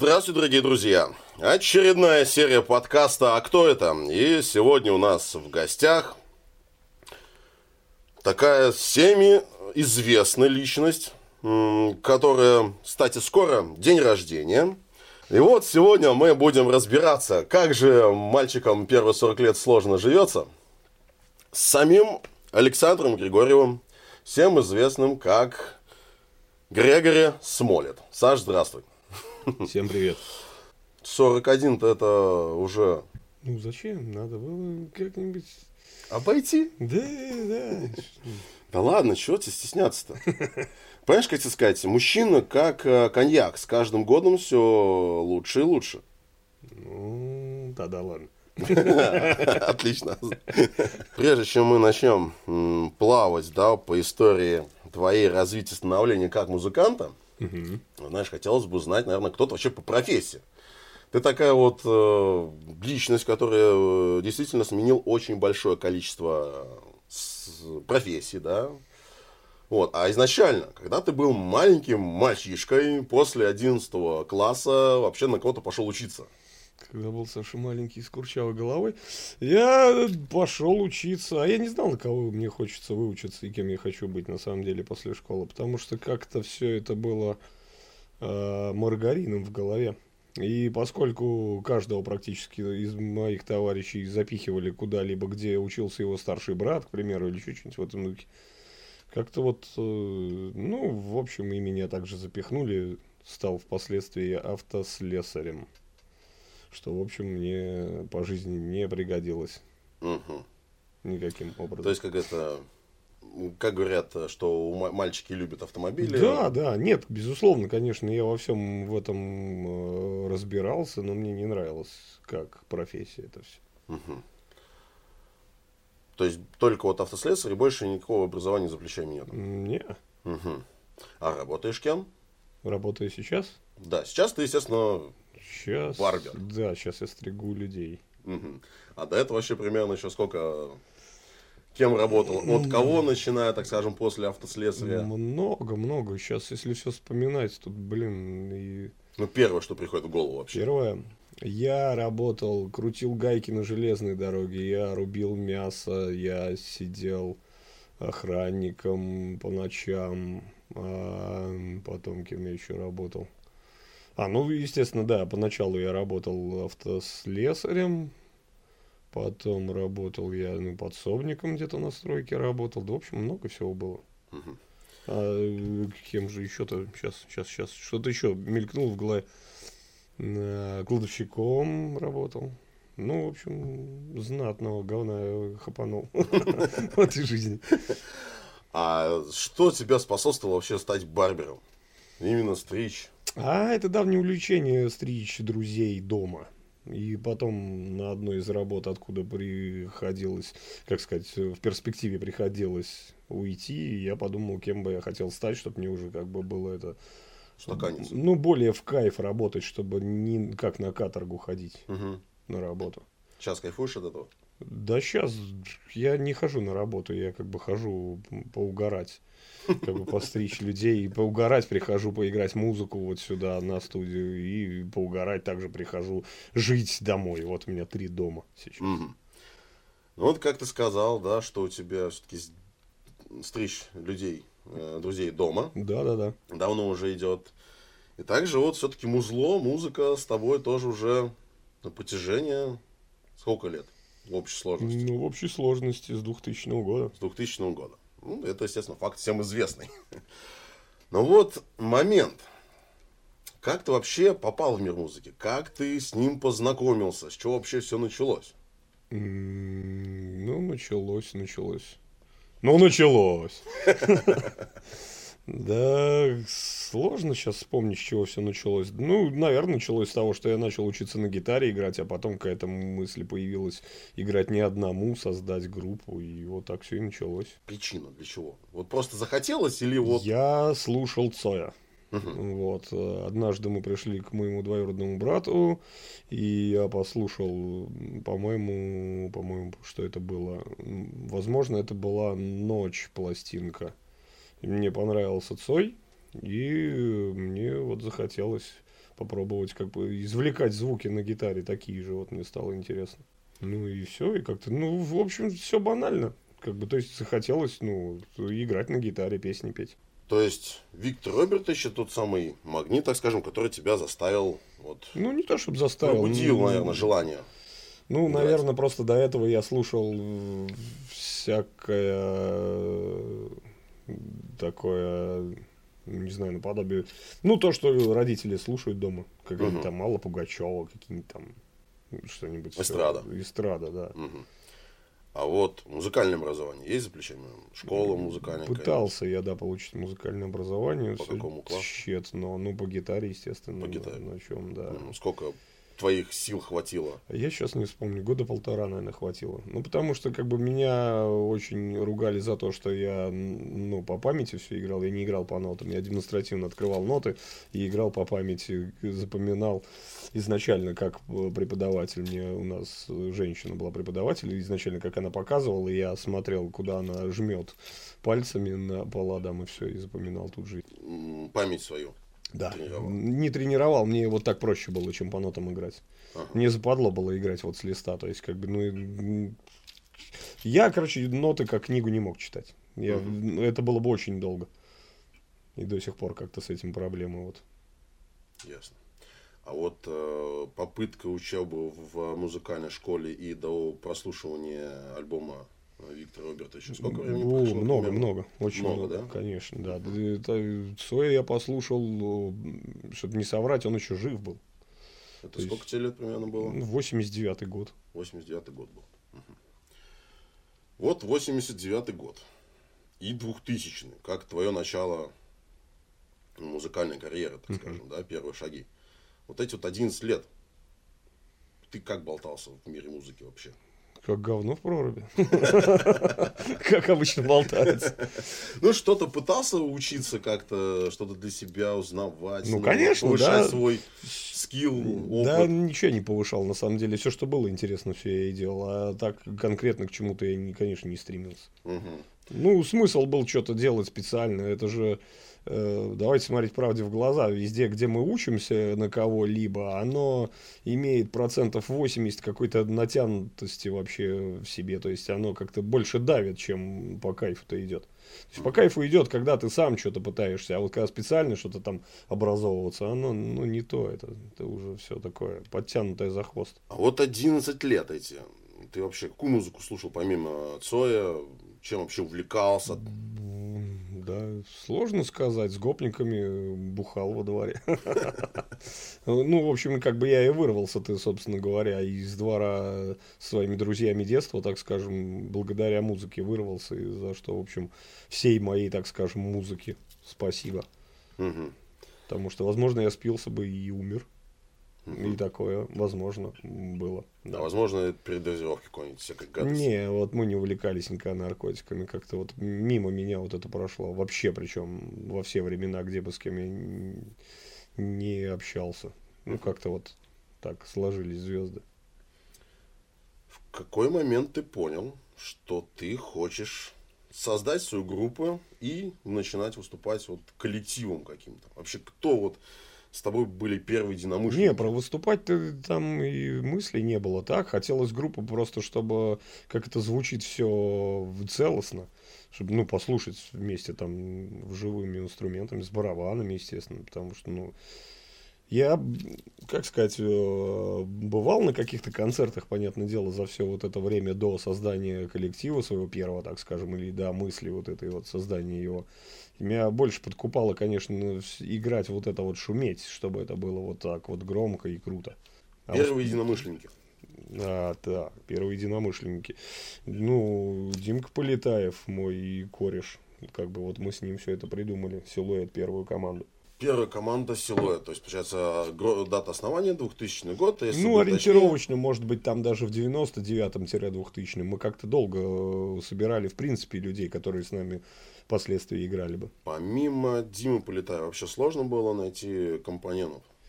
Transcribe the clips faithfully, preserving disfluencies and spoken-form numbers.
Здравствуйте, дорогие друзья! Очередная серия подкаста «А кто это?». И сегодня у нас в гостях такая всеми известная личность, которая, кстати, скоро день рождения. И вот сегодня мы будем разбираться, как же мальчикам первые сорок лет сложно живется, с самим Александром Григорьевым, всем известным как Грегори Смолет. Саш, здравствуй. Всем привет. сорок один-то это уже... Ну зачем? Надо было как-нибудь... Обойти? Да, да. Да ладно, чего тебе стесняться-то? Понимаешь, как тебе сказать, мужчина как коньяк, с каждым годом все лучше и лучше. Ну, да, да, ладно. Отлично. Прежде чем мы начнем плавать, да, по истории твоей развития, становления как музыканта, угу. Знаешь, хотелось бы узнать, наверное, кто ты вообще по профессии. Ты такая вот э, личность, которая действительно сменил очень большое количество профессий, да. Вот. А изначально, когда ты был маленьким мальчишкой, после одиннадцатого класса вообще на кого-то пошел учиться? Когда был совсем маленький с курчавой головой, я пошел учиться. А я не знал, на кого мне хочется выучиться и кем я хочу быть на самом деле после школы. Потому что как-то все это было э, маргарином в голове. И поскольку каждого практически из моих товарищей запихивали куда-либо, где учился его старший брат, к примеру, или еще что-нибудь в этом духе, как-то вот, э, ну, в общем, и меня также запихнули, стал впоследствии автослесарем. Что, в общем, мне по жизни не пригодилось. Угу. Никаким образом. То есть, как это, как говорят, что мальчики любят автомобили. Да, да, нет, безусловно, конечно, я во всем в этом э, разбирался, но мне не нравилось как профессия это все. Угу. То есть, только вот автослесарь и больше никакого образования за плечами нет? Не. Угу. А работаешь кем? Работаю сейчас? Да, сейчас ты, естественно... Сейчас, барбер. Да, сейчас я стригу людей. Угу. А до этого вообще примерно еще сколько, кем работал? От кого, начиная, так скажем, после автослесаря? Много, много. Сейчас, если все вспоминать, тут, блин, и... Ну, первое, что приходит в голову вообще. Первое. Я работал, крутил гайки на железной дороге, я рубил мясо, я сидел охранником по ночам, а потом кем я еще работал. А, ну, естественно, да, поначалу я работал автослесарем, потом работал я, ну, подсобником где-то на стройке работал, да, в общем, много всего было. Угу. А кем же еще-то, сейчас, сейчас, сейчас, что-то еще мелькнуло в голове. Кладовщиком работал. Ну, в общем, знатного говна хапанул в этой жизни. А что тебя способствовало вообще стать барбером? Именно стричь? А это давнее увлечение стричь друзей дома. И потом на одной из работ, откуда приходилось, как сказать, в перспективе приходилось уйти, я подумал, кем бы я хотел стать, чтобы мне уже как бы было это... Стаканец. Ну, более в кайф работать, чтобы не как на каторгу ходить угу. на работу. Сейчас кайфуешь от этого? Да сейчас я не хожу на работу, я как бы хожу поугарать. Как бы постричь людей, поугарать прихожу, поиграть музыку вот сюда на студию, и поугарать также прихожу жить домой. Вот у меня три дома сейчас. Угу. Ну вот как ты сказал, да, что у тебя все-таки стричь людей, э, друзей дома. Да, да, да. Давно уже идет. И также вот все-таки музло, музыка с тобой тоже уже на протяжении сколько лет в общей сложности? Ну, в общей сложности с двухтысячного года. С двухтысячного года. Ну, это, естественно, факт всем известный. Но вот момент. Как ты вообще попал в мир музыки? Как ты с ним познакомился? С чего вообще все началось? Ну, началось, началось. Ну, началось. Да, сложно сейчас вспомнить, с чего все началось. Ну, наверное, началось с того, что я начал учиться на гитаре играть, а потом какая-то мысль появилась играть не одному, создать группу, и вот так все и началось. Причина для чего? Вот просто захотелось или вот... Я слушал Цоя. Uh-huh. Вот. Однажды мы пришли к моему двоюродному брату, и я послушал, по-моему, по-моему, что это было. Возможно, это была «Ночь» пластинка. Мне понравился Цой, и мне вот захотелось попробовать как бы извлекать звуки на гитаре такие же, вот мне стало интересно. Ну и все, и как-то, ну, в общем, все банально. Как бы, то есть захотелось, ну, играть на гитаре, песни петь. То есть Виктор Робертович тот самый магнит, так скажем, который тебя заставил, вот, Ну, не то, чтобы заставил. пробудил, ну, наверное, желание. Ну, играть. наверное, просто до этого я слушал э, всякое э, такое, не знаю, наподобие. Ну, то, что родители слушают дома. Какая-нибудь Мгм. там Алла Пугачева, какие-нибудь там что-нибудь. Эстрада. э, Эстрада, да. Мгм. А вот музыкальное образование есть за плечами? Школа музыкальная? Пытался я, да, получить музыкальное образование. По всё какому классу? тщетно. Ну, по гитаре, естественно. По на- гитаре. На, чем, да. Мгм. Сколько твоих сил хватило? Я сейчас не вспомню, года полтора, наверное, хватило. Ну, потому что, как бы, меня очень ругали за то, что я, ну, по памяти все играл. Я не играл по нотам. Я демонстративно открывал ноты и играл по памяти. Запоминал изначально, как преподаватель. Мне у нас женщина была преподаватель. И изначально, как она показывала, я смотрел, куда она жмет пальцами на, по ладам, и все, и запоминал тут же. М, Память свою. Да, Тренировал. не тренировал, мне вот так проще было, чем по нотам играть. Ага. Мне западло было играть вот с листа, то есть как бы, ну, м, я, короче, ноты как книгу не мог читать. Я, Мгм. Это было бы очень долго. И до сих пор как-то с этим проблемы вот. Ясно. А вот э, попытка учебы в музыкальной школе и до прослушивания альбома Виктора Робертовича, сколько времени О, прошло? много, примерно? много, очень Много, много, да? конечно, да. Это, Цоя я послушал, чтобы не соврать, он еще жив был. Это То сколько есть- тебе лет примерно было? восемьдесят девятый год. восемьдесят девятый год был. Мгм. Вот восемьдесят девятый год и двухтысячный, как твое начало музыкальной карьеры, так Мгм. скажем, да, первые шаги. Вот эти вот одиннадцать лет, ты как болтался в мире музыки вообще? Как говно в проруби. Как обычно болтается. Ну, что-то пытался учиться как-то, что-то для себя узнавать, Ну, ну, конечно, повышать да. свой скилл, Да, опыт. ничего не повышал, на самом деле. Все, что было интересно, все я и делал. А так конкретно к чему-то я, не- конечно, не стремился. Мгм. Ну, смысл был что-то делать специально. Это же, э, давайте смотреть правде в глаза. Везде, где мы учимся на кого-либо, оно имеет процентов восемьдесят какой-то натянутости вообще в себе. То есть оно как-то больше давит, чем по кайфу-то идет. То есть по кайфу идет, когда ты сам что-то пытаешься, а вот когда специально что-то там образовываться, оно, ну, не то. Это, это уже все такое подтянутое за хвост. А вот одиннадцать лет эти, ты вообще какую музыку слушал помимо Цоя, чем вообще увлекался? М, Да, сложно сказать. С гопниками бухал во дворе. Ну, в общем, как бы я и вырвался, ты, собственно говоря, из двора своими друзьями детства, так скажем, благодаря музыке вырвался, и за что, в общем, всей моей, так скажем, музыке спасибо. Мгм. Потому что, возможно, я спился бы и умер. Мгм. И такое, возможно, было. Да, возможно, это передозировки какой-нибудь всякой гадости. Не, вот мы не увлекались никогда наркотиками, как-то вот мимо меня вот это прошло. Вообще, причем во все времена, где бы с кем я н- не общался. Ну, как-то вот так сложились звезды. В какой момент ты понял, что ты хочешь создать свою группу и начинать выступать вот коллективом каким-то? Вообще, кто вот с тобой были первые единомышленники? Не, про выступать-то там и мыслей не было. Так, хотелось группу просто, чтобы как это звучит все целостно. Чтобы, ну, послушать вместе там живыми инструментами, с барабанами, естественно. Потому что, ну, я, как сказать, э, бывал на каких-то концертах, понятное дело, за все вот это время до создания коллектива своего первого, так скажем, или до мысли вот этой вот создания его. И меня больше подкупало, конечно, с- играть вот это вот, шуметь, чтобы это было вот так вот громко и круто. А Первые единомышленники. а, так, первые единомышленники. Ну, Димка Полетаев, мой кореш. Как бы вот мы с ним все это придумали, Силуэт, первую команду. Первая команда Силуэт. То есть, получается, гро- дата основания двухтысячный год. а если Ну, быть ориентировочно, может быть, там даже в девяносто девятом-двухтысячном мы как-то долго э, собирали, в принципе, людей, которые с нами впоследствии играли бы. точнее, помимо Димы Полетаева, вообще сложно было найти компаньонов?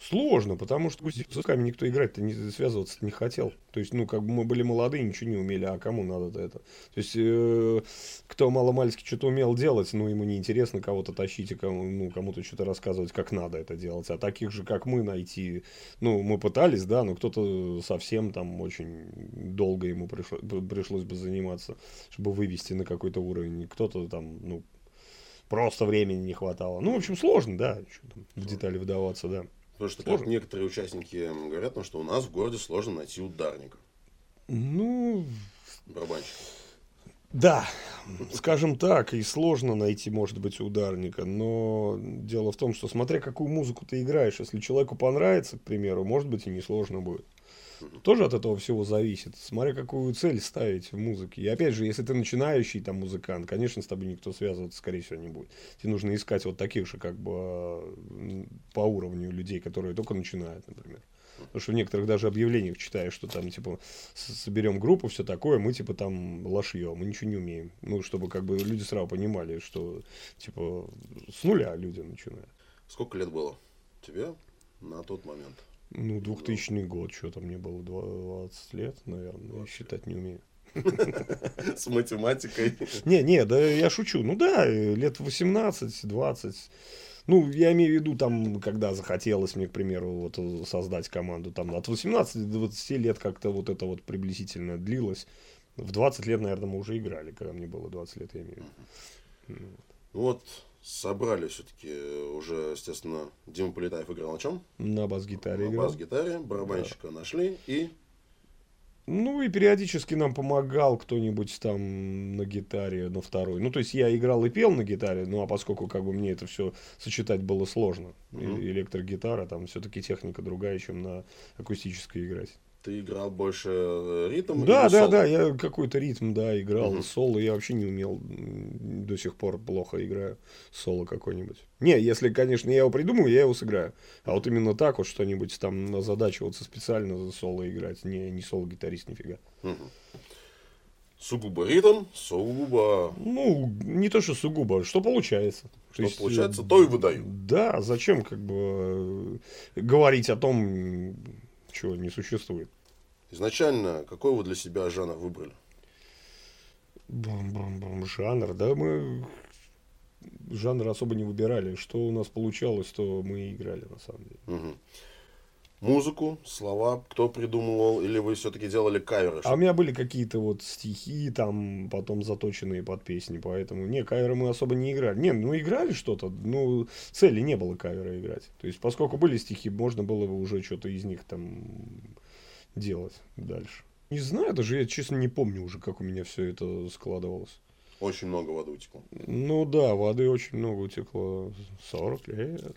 Сложно, потому что с языками никто играть-то не связываться не хотел. То есть, ну, как бы мы были молодые, ничего не умели, а кому надо-то это? То есть, э, кто маломальски что-то умел делать, ну, ему неинтересно кого-то тащить и кому, ну, кому-то что-то рассказывать, как надо это делать. А таких же, как мы, найти, ну, мы пытались, да, но кто-то совсем там очень долго ему пришло, пришлось бы заниматься, чтобы вывести на какой-то уровень. Кто-то там, ну, просто времени не хватало. Ну, в общем, сложно, да, что там в детали вдаваться, да. Потому что, Сложно. как некоторые участники говорят, ну, что у нас в городе сложно найти ударника. Ну, барабанщика. да, скажем так, и сложно найти, может быть, ударника, но дело в том, что смотря какую музыку ты играешь, если человеку понравится, к примеру, может быть, и несложно будет. Тоже от этого всего зависит. Смотря какую цель ставить в музыке. И опять же, если ты начинающий там музыкант, конечно, с тобой никто связываться, скорее всего, не будет. Тебе нужно искать вот таких же, как бы, по уровню людей, которые только начинают, например. Потому что в некоторых даже объявлениях читаешь, что там, типа, соберем группу, все такое, мы, типа, там лошье, мы ничего не умеем. Ну, чтобы, как бы, люди сразу понимали, что, типа, с нуля люди начинают. Сколько лет было тебе на тот момент? Ну, двухтысячный год, что-то мне было двадцать лет, наверное, я считать не умею. С математикой. Не, не, да я шучу. Ну да, лет восемнадцать-двадцать. Ну, я имею в виду, там, когда захотелось мне, к примеру, вот создать команду, там, от восемнадцати до двадцати лет как-то вот это вот приблизительно длилось. В двадцать лет, наверное, мы уже играли, когда мне было двадцать лет, я имею в виду. Вот. Собрали все-таки уже, естественно, Дима Полетаев играл на чем? На бас-гитаре на играл. На бас-гитаре, барабанщика да. Нашли и... Ну и периодически нам помогал кто-нибудь там на гитаре, на второй. Ну то есть я играл и пел на гитаре, ну а поскольку как бы мне это все сочетать было сложно. Mm-hmm. Электрогитара, там все-таки техника другая, чем на акустической играть. Ты играл больше ритм? Да, да, соло? да, я какой-то ритм, да, играл. Угу. Соло я вообще не умел, до сих пор плохо играю соло какой-нибудь. Не, если, конечно, я его придумаю, я его сыграю. А вот именно так вот что-нибудь там озадачиваться специально за соло играть, не, не соло-гитарист нифига. Угу. Сугубо ритм, сугубо... Ну, не то, что сугубо, что получается. Что то есть, получается, то и выдаю. Да, зачем как бы говорить о том, чего не существует. Изначально, какой вы для себя жанр выбрали? Бум-бум-бум, жанр, да, мы жанр особо не выбирали. Что у нас получалось, то мы и играли, на самом деле. Угу. Музыку, слова, кто придумывал, или вы все-таки делали каверы? А у меня были какие-то вот стихи, там, потом заточенные под песни, поэтому, не, каверы мы особо не играли. Не, ну, играли что-то, ну, цели не было кавера играть. То есть, поскольку были стихи, можно было бы уже что-то из них там делать дальше. Не знаю, даже я, честно, не помню уже, как у меня все это складывалось. Очень много воды утекло. Ну да, воды очень много утекло. сорок лет.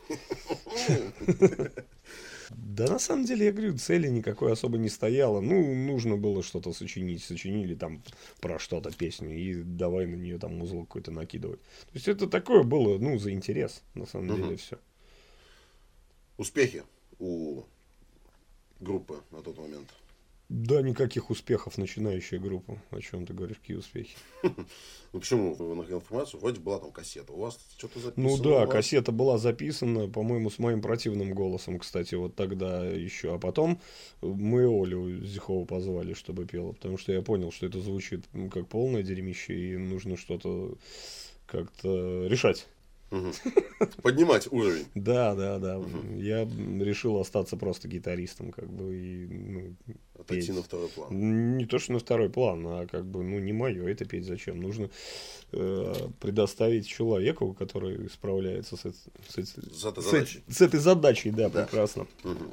Да, на самом деле, я говорю, цели никакой особо не стояло. Ну, нужно было что-то сочинить. Сочинили там про что-то песню и давай на нее там узел какой-то накидывать. То есть, это такое было, ну, за интерес, на самом угу. деле, все. Успехи у группы на тот момент? Да, никаких успехов, начинающая группа. О чем ты говоришь, какие успехи? Ну почему? Вы находили информацию, вроде была там кассета. У вас что-то записано? Ну да, вас... кассета была записана, по-моему, с моим противным голосом, кстати, вот тогда еще. А потом мы Олю Зихову позвали, чтобы пела, потому что я понял, что это звучит ну, как полное дерьмище, и нужно что-то как-то решать. Поднимать уровень. Да, да, да. Угу. Я решил остаться просто гитаристом, как бы, и, ну, отойти петь. на второй план. Не то, что на второй план, а как бы, ну, не мое это петь зачем. Нужно э, предоставить человеку, который справляется с, с, с, с, этой, задачей. С, с этой задачей, да, да. Прекрасно. Угу.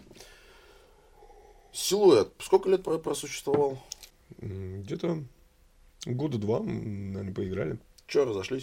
Силуэт. Сколько лет просуществовал? Где-то года два, наверное, поиграли. Че, разошлись?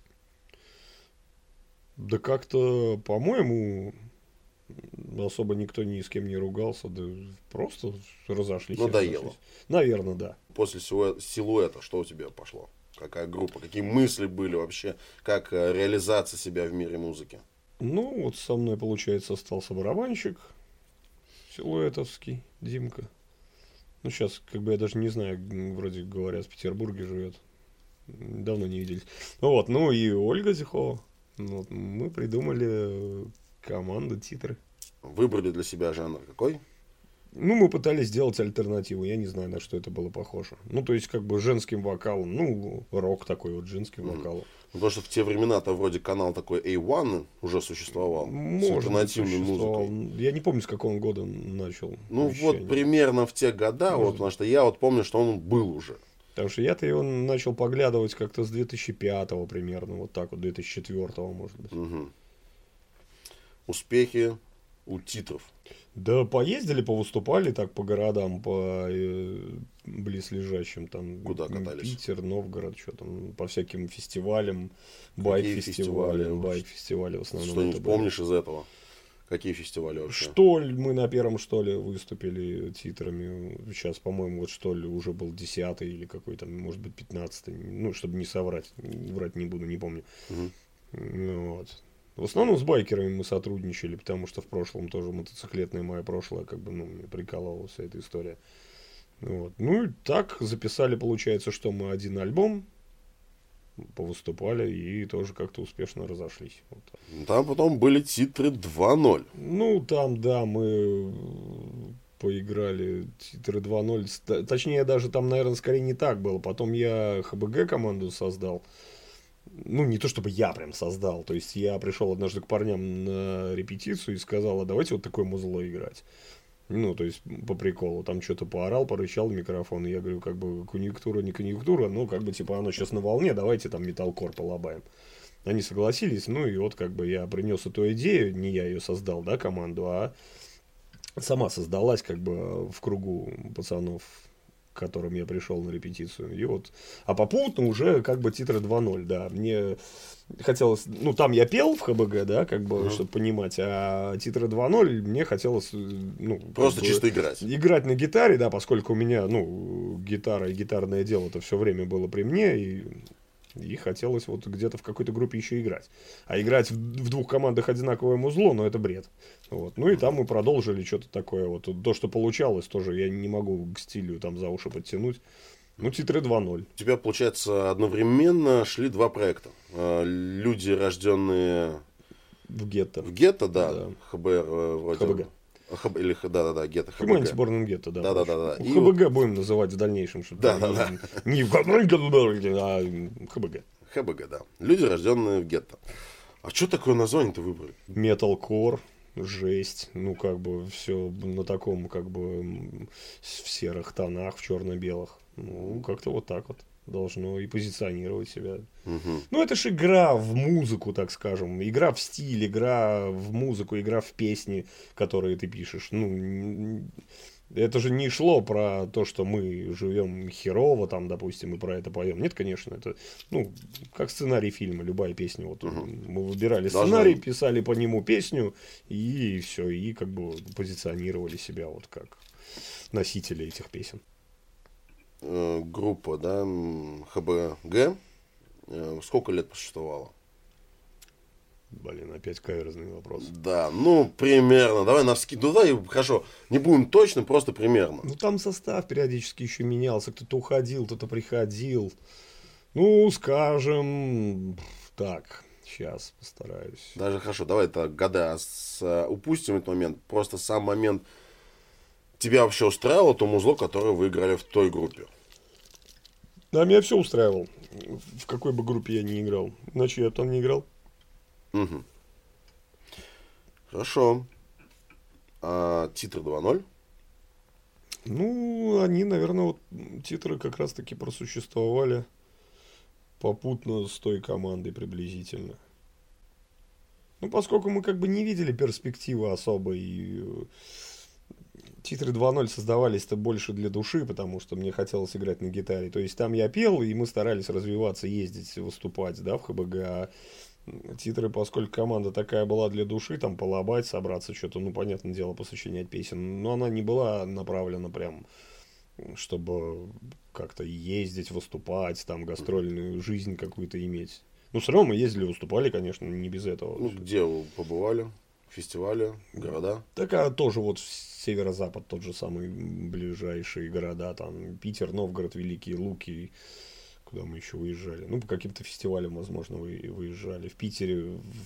Да как-то, по-моему, особо никто ни с кем не ругался, да просто разошлись. Надоело. Разошлись. Наверное, да. После силуэта что у тебя пошло? Какая группа? Какие мысли были вообще? Как реализация себя в мире музыки? Ну, вот со мной, получается, остался барабанщик силуэтовский, Димка. Ну, сейчас, как бы, я даже не знаю, вроде говорят, в Петербурге живет. Давно не виделись. Вот, ну и Ольга Зихова. Вот, мы придумали команду, титры. Выбрали для себя жанр какой? Ну, мы пытались сделать альтернативу. Я не знаю, на что это было похоже. Ну, то есть, как бы женским вокалом. Ну, рок такой вот женским mm-hmm. вокалом. Ну, потому что в те времена-то вроде канал такой эй один уже существовал. Может с альтернативной быть, существовал. музыкой. Я не помню, с какого года он начал. Ну, вещание. Вот примерно в те года. Вот, потому что я вот помню, что он был уже. Потому что я-то его начал поглядывать как-то с две тысячи пятого примерно. Вот так вот, две тысячи четвёртого, может быть. Угу. Успехи у титров. Да, поездили, повыступали так по городам, по э, близлежащим там. Куда катались? Питер, Новгород, что там, по всяким фестивалям, байк-фестивали, байк-фестивали в основном. Что-нибудь помнишь из этого? Какие фестивали вообще? Штоль, мы на первом Штоле выступили титрами. Сейчас, по-моему, вот Штоль уже был десятый или какой-то, может быть, пятнадцатый. Ну, чтобы не соврать, врать не буду, не помню. Угу. Ну, вот. В основном с байкерами мы сотрудничали, потому что в прошлом тоже мотоциклетное мое прошлое, как бы, ну, мне прикалывала вся эта история. Вот. Ну и так записали, получается, что мы один альбом повыступали и тоже как-то успешно разошлись. Вот так. Там потом были титры два ноль. Ну, там, да, мы поиграли титры два ноль. Точнее, даже там, наверное, скорее не так было. Потом я эйч би джи команду создал. Ну, не то чтобы я прям создал. То есть, я пришел однажды к парням на репетицию и сказал, а давайте вот такое музло играть. Ну, то есть, по приколу. Там что-то поорал, порычал в микрофон. И я говорю, как бы, конъюнктура, не конъюнктура. Ну, как бы, типа, оно сейчас на волне, давайте там металкор полобаем. Они согласились. Ну, и вот, как бы, я принес эту идею. Не я ее создал, да, команду, а сама создалась, как бы, в кругу пацанов, к которым я пришел на репетицию. И вот, а попутно уже как бы титры два ноль, да. Мне хотелось, ну, там я пел в эйч би джи, да, как бы, mm-hmm. чтобы понимать, а титры два ноль мне хотелось, ну, просто чисто играть. Играть на гитаре, да, поскольку у меня, ну, гитара и гитарное дело это все время было при мне, и, и хотелось вот где-то в какой-то группе еще играть. А играть в, в двух командах одинаковое музло, ну, это бред. Вот. Ну и там мы продолжили что-то такое. Вот то, что получалось, тоже я не могу к стилю там за уши подтянуть. Ну, титры два ноль. У тебя, получается, одновременно шли два проекта. Люди, рожденные в гетто. В гетто, да. да. ХБ вроде. эйч би джи. Хб, или, да, да, да, гетто. Humanity Born in Ghetto, да. Да, да, да, да. эйч би джи будем называть в дальнейшем, чтобы да, да, да. не в а эйч би джи. эйч би джи, да. Люди, рожденные в гетто. А что такое название-то выбрали? Металкор. Жесть, ну как бы все на таком как бы в серых тонах, в черно-белых, ну как-то вот так вот должно и позиционировать себя. Угу. Ну это же игра в музыку, так скажем, игра в стиль, игра в музыку, игра в песни, которые ты пишешь. Ну это же не шло про то, что мы живем херово, там, допустим, и про это поем. Нет, конечно, это, ну, как сценарий фильма, любая песня. Вот угу. Мы выбирали сценарий, Должна... писали по нему песню, и все, и как бы позиционировали себя вот как носители этих песен. Группа, да, эйч би джи, сколько лет существовала? Блин, опять каверзный вопрос. Да, ну, примерно. Давай навскидку. Ну, давай, хорошо. Не будем точно, просто примерно. Ну, там состав периодически еще менялся. Кто-то уходил, кто-то приходил. Ну, скажем, так, сейчас постараюсь. Даже хорошо, давай так, года с, упустим этот момент. Просто сам момент. Тебя вообще устраивало то музло, которое вы играли в той группе? Да, меня все устраивало. В какой бы группе я ни играл. Иначе я там не играл. Угу. Хорошо. А титры два ноль? Ну, они, наверное, вот титры как раз-таки просуществовали попутно с той командой приблизительно. Ну, поскольку мы как бы не видели перспективы особой, и титры два ноль создавались-то больше для души, потому что мне хотелось играть на гитаре. То есть там я пел, и мы старались развиваться, ездить, выступать, да, в эйч би джи. А титры, поскольку команда такая была для души, там полобать, собраться, что-то, ну, понятное дело, посочинять песен. Но она не была направлена прям, чтобы как-то ездить, выступать, там, гастрольную жизнь какую-то иметь. Ну, все равно мы ездили, выступали, конечно, не без этого. Ну, где вы побывали? Фестивали, города? Так, а тоже вот северо-запад, тот же самый ближайшие города, там, Питер, Новгород, Великие Луки. Куда мы еще выезжали? Ну, по каким-то фестивалям, возможно, вы выезжали. В Питере в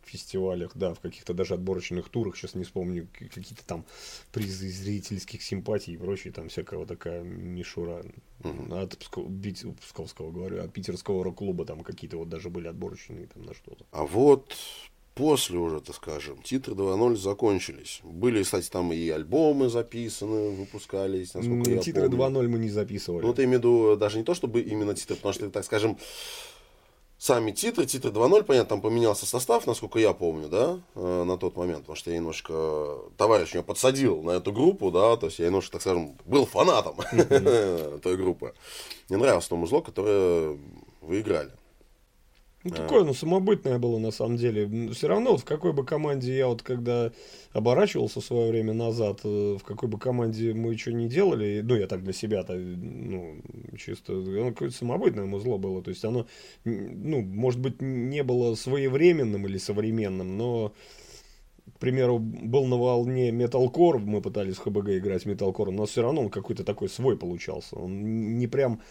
фестивалях, да, в каких-то даже отборочных турах, сейчас не вспомню, какие-то там призы зрительских симпатий и прочее, там всякая вот такая мишура. Угу. От Псков, Псковского, говорю, от питерского рок-клуба там какие-то вот даже были отборочные там на что-то. А вот после уже, так скажем, титры два ноль закончились. Были, кстати, там и альбомы записаны, выпускались, насколько я Титры помню. два ноль мы не записывали. Ну, ты имею в виду даже не то, чтобы именно титры, потому что, так скажем, сами титры, титры два ноль, понятно, там поменялся состав, насколько я помню, да, э, на тот момент, потому что я немножко, товарищ меня подсадил на эту группу, да, то есть я немножко, так скажем, был фанатом той группы. Мне нравилось то музло, которое вы играли. Ну, такое, ну, самобытное было, на самом деле. Все равно, вот в какой бы команде я вот, когда оборачивался в свое время назад, в какой бы команде мы что ни делали, ну, я так для себя-то, ну, чисто, оно какое-то самобытное музло было. То есть оно, ну, может быть, не было своевременным или современным, но, к примеру, был на волне металкор, мы пытались в ХБГ играть металкором, но все равно он какой-то такой свой получался. Он не прям...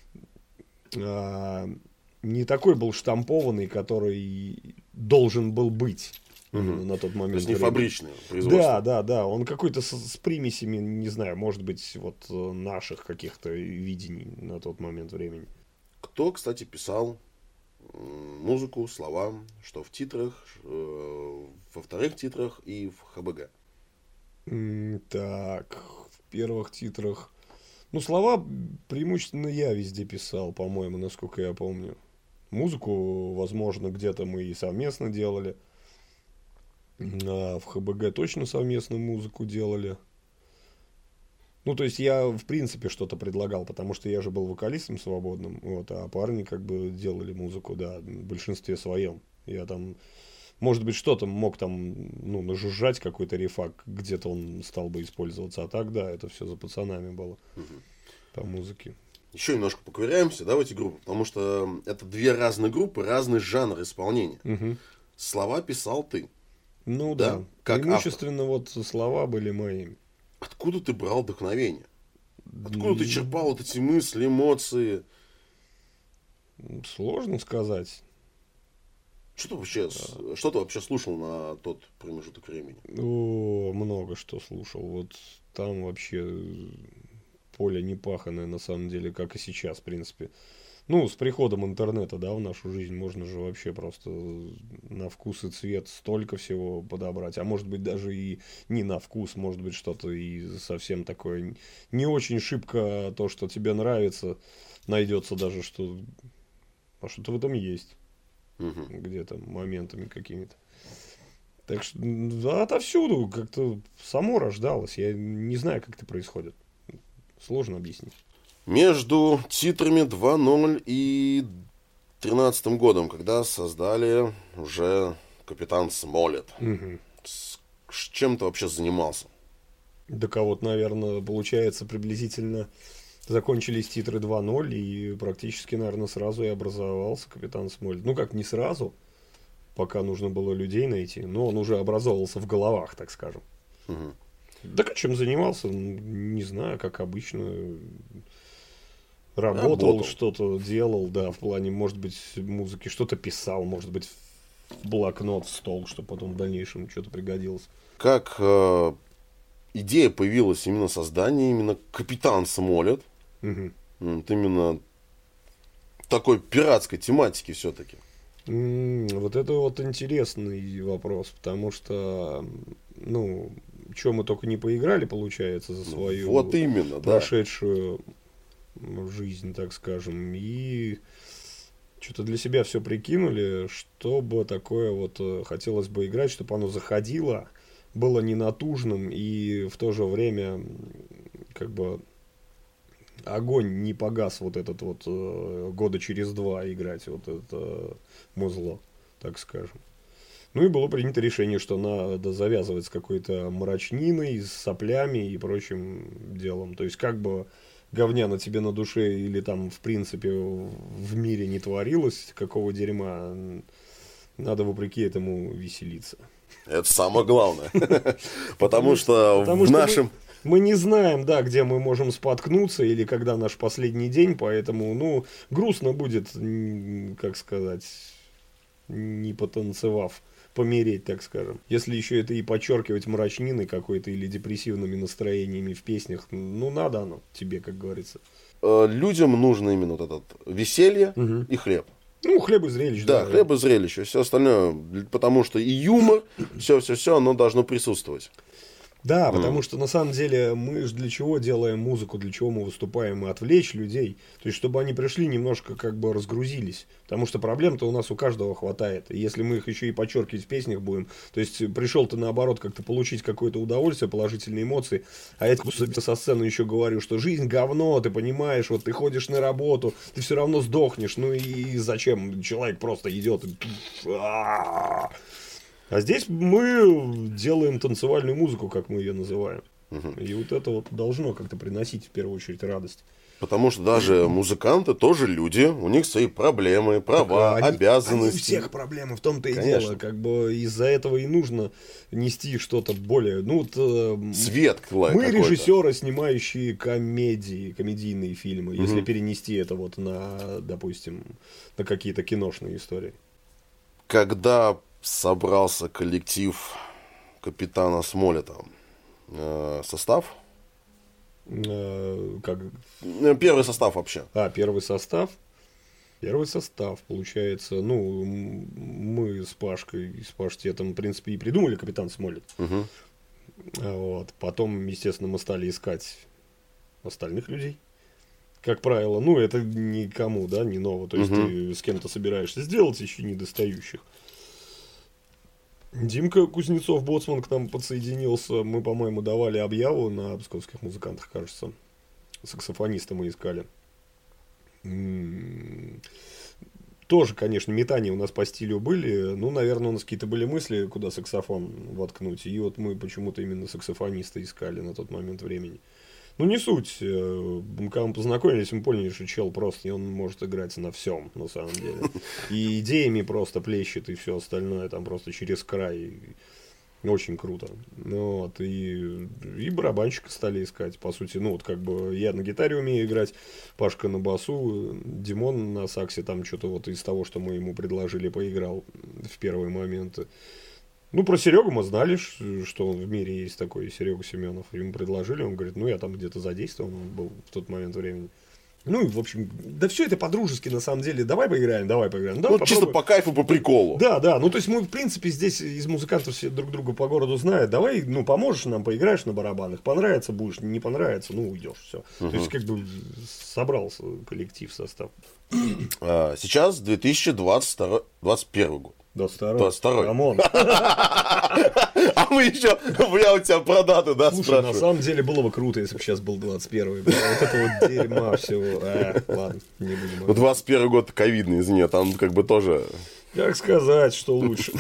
А, не такой был штампованный, который должен был быть угу. на тот момент. То есть не фабричный производство. Да, да, да. Он какой-то с, с примесями, не знаю, может быть, вот наших каких-то видений на тот момент времени. Кто, кстати, писал музыку, слова, что в титрах, во вторых титрах и в ХБГ? Так, в первых титрах... Ну, слова преимущественно я везде писал, по-моему, насколько я помню. Музыку, возможно, где-то мы и совместно делали. А в ХБГ точно совместно музыку делали. Ну, то есть я, в принципе, что-то предлагал, потому что я же был вокалистом свободным, вот, а парни как бы делали музыку, да, в большинстве своем. Я там, может быть, что-то мог там, ну, нажужжать какой-то рифак, где-то он стал бы использоваться, а так, да, это все за пацанами было угу. по музыке. Еще немножко поковыряемся, да, в эти группы, потому что это две разные группы, разный жанр исполнения. Угу. Слова писал ты. Ну да, да. Как преимущественно автор. Вот слова были моими. Откуда ты брал вдохновение? Откуда mm. ты черпал вот эти мысли, эмоции? Сложно сказать. Что ты вообще, да. что ты вообще слушал на тот промежуток времени? О, много что слушал. Вот там вообще поле непаханное, на самом деле, как и сейчас, в принципе. Ну, с приходом интернета, да, в нашу жизнь можно же вообще просто на вкус и цвет столько всего подобрать. А может быть, даже и не на вкус, может быть, что-то и совсем такое не очень шибко то, что тебе нравится, найдется даже, что... А что-то в этом есть. Угу. Где-то моментами какими-то. Так что, да, отовсюду как-то само рождалось. Я не знаю, как это происходит. Сложно объяснить. Между титрами два ноль и тринадцатым годом, когда создали уже Капитан Смолет. Угу. С, с чем ты вообще занимался? Да кого-то, наверное, получается, приблизительно закончились титры два ноль, и практически, наверное, сразу и образовался Капитан Смолет. Ну, как не сразу, пока нужно было людей найти, но он уже образовывался в головах, так скажем. Угу. Да как чем занимался, не знаю, как обычно... Работал, Работал. Что-то делал, да, в плане, может быть, музыки, что-то писал, может быть, в блокнот, в стол, чтобы потом в дальнейшем что-то пригодилось. Как э, идея появилась именно создание, именно Капитан Смолет, угу. вот именно такой пиратской тематики все-таки? М-м, вот это вот интересный вопрос, потому что, ну, что мы только не поиграли, получается, за свою вот именно, прошедшую... Да. жизнь, так скажем, и что-то для себя все прикинули, чтобы такое вот хотелось бы играть, чтобы оно заходило, было не натужным и в то же время как бы огонь не погас вот этот вот года через два играть вот это музло, так скажем. Ну и было принято решение, что надо завязывать с какой-то мрачниной, с соплями и прочим делом. То есть как бы говняно тебе на душе или там в принципе в мире не творилось, какого дерьма, надо вопреки этому веселиться. Это самое главное. Потому что в нашем... Мы не знаем, да, где мы можем споткнуться или когда наш последний день, поэтому, ну, грустно будет, как сказать, не потанцевав помереть, так скажем. Если еще это и подчеркивать мрачниной какой-то или депрессивными настроениями в песнях, ну, надо оно тебе, как говорится. Людям нужно именно вот этот веселье угу. и хлеб. Ну, хлеб и зрелище. Да, да, хлеб и зрелище. Все остальное, потому что и юмор, все-все-все, оно должно присутствовать. Да, потому mm. что на самом деле мы же для чего делаем музыку, для чего мы выступаем, и отвлечь людей, то есть чтобы они пришли немножко как бы разгрузились, потому что проблем-то у нас у каждого хватает, и если мы их еще и подчеркивать в песнях будем, то есть пришел ты наоборот как-то получить какое-то удовольствие, положительные эмоции, а я со сцены еще говорю, что жизнь говно, ты понимаешь, вот ты ходишь на работу, ты все равно сдохнешь, ну и зачем человек просто идет и... А здесь мы делаем танцевальную музыку, как мы ее называем. Угу. И вот это вот должно как-то приносить в первую очередь радость. Потому что даже музыканты тоже люди, у них свои проблемы, права, они, обязанности. Они у всех проблемы, в том-то и Конечно. дело. Как бы из-за этого и нужно нести что-то более. Ну, вот, э, Свет мы какой-то. Режиссеры, снимающие комедии, комедийные фильмы, угу. если перенести это вот на, допустим, на какие-то киношные истории. Когда собрался коллектив капитана Смолета. Э, состав? Э, как? Первый состав вообще. А, первый состав. Первый состав, получается. Ну, мы с Пашкой, с Паштетом, в принципе, и придумали капитан Смолет. Угу. Вот. Потом, естественно, мы стали искать остальных людей. Как правило, ну, это никому, да, не ново. То есть, угу. ты с кем-то собираешься сделать еще недостающих. Димка Кузнецов-Боцман к нам подсоединился. Мы, по-моему, давали объяву на псковских музыкантах, кажется. Саксофониста мы искали. М-м-м. Тоже, конечно, метания у нас по стилю были. Ну, наверное, у нас какие-то были мысли, куда саксофон воткнуть. И вот мы почему-то именно саксофониста искали на тот момент времени. Ну, не суть. Когда мы познакомились, мы поняли, что чел просто, и он может играть на всем, на самом деле. И идеями просто плещет, и все остальное там просто через край. Очень круто. Вот. И, и барабанщика стали искать, по сути. Ну, вот как бы я на гитаре умею играть, Пашка на басу, Димон на саксе, там что-то вот из того, что мы ему предложили, поиграл в первые моменты. Ну, про Серегу мы знали, что в мире есть такой Серега Семенов. Ему предложили, он говорит, ну, я там где-то задействован был в тот момент времени. Ну, и, в общем, да все это по-дружески, на самом деле. Давай поиграем, давай поиграем. Давай ну, чисто по кайфу, по приколу. Да, да, ну, то есть мы, в принципе, здесь из музыкантов все друг друга по городу знают. Давай, ну, поможешь нам, поиграешь на барабанах. Понравится будешь, не понравится, ну, уйдешь, все. Угу. То есть, как бы собрался коллектив, состав. Сейчас две тысячи двадцать первый год. двадцать второй. двадцать второй. Камон. А мы еще, я у тебя про даты, да, Слушай, спрашиваю. на самом деле было бы круто, если бы сейчас был двадцать первый. Вот это вот дерьма всего. А, ладно, не будем. Ну, двадцать первый год ковидный, извини, там как бы тоже... Как сказать, что лучше?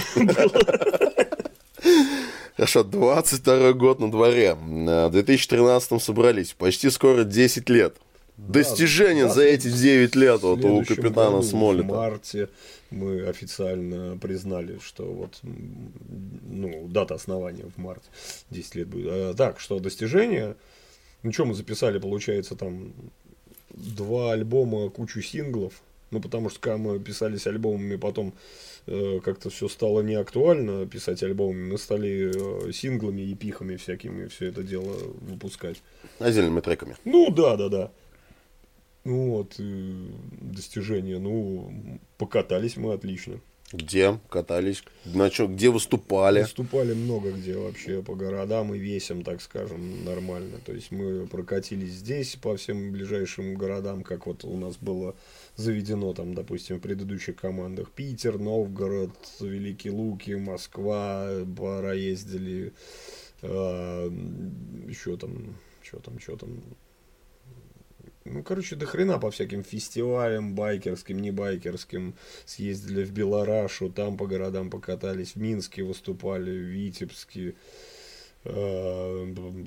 Хорошо, двадцать второй год на дворе. В две тысячи тринадцатом собрались. Почти скоро десять лет. Достижение да, за эти девять лет вот у капитана Смолета. В марте мы официально признали, что вот, ну, дата основания в марте, десять лет будет. А, так, что достижение, ну, что мы записали, получается, там, два альбома, кучу синглов, ну, потому что, когда мы писались альбомами, потом э, как-то все стало неактуально писать альбомами, мы стали э, синглами и пихами всякими все это дело выпускать. Отдельными треками. Ну, да, да, да. Ну вот, достижения, ну, покатались мы отлично. Где катались? На чё, где выступали? Выступали много где вообще, по городам и весям, так скажем, нормально. То есть мы прокатились здесь по всем ближайшим городам, как вот у нас было заведено, там, допустим, в предыдущих командах. Питер, Новгород, Великие Луки, Москва, пора ездили, а, еще там, что там, что там... Ну, короче, до хрена по всяким фестивалям, байкерским, не байкерским. Съездили в Белорашу, там по городам покатались, в Минске выступали, в Витебске. Ну,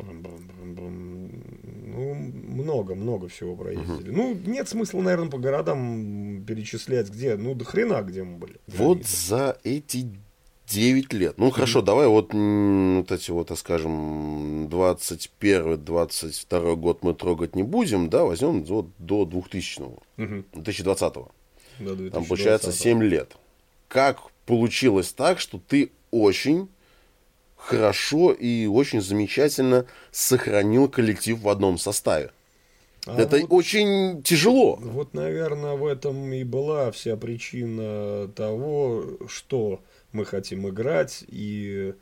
много-много всего проездили. Uh-huh. Ну, нет смысла, наверное, по городам перечислять, где. Ну, до хрена где мы были. Вот границы. За эти девять лет. Ну, хорошо, mm-hmm. давай вот, вот эти вот, так скажем, двадцать первый двадцать второй год мы трогать не будем, да, возьмем вот до двухтысячного, mm-hmm. две тысячи двадцатого. Да, там получается семь лет. Как получилось так, что ты очень хорошо и очень замечательно сохранил коллектив в одном составе. А это вот, очень тяжело. Вот, наверное, в этом и была вся причина того, что мы хотим играть, и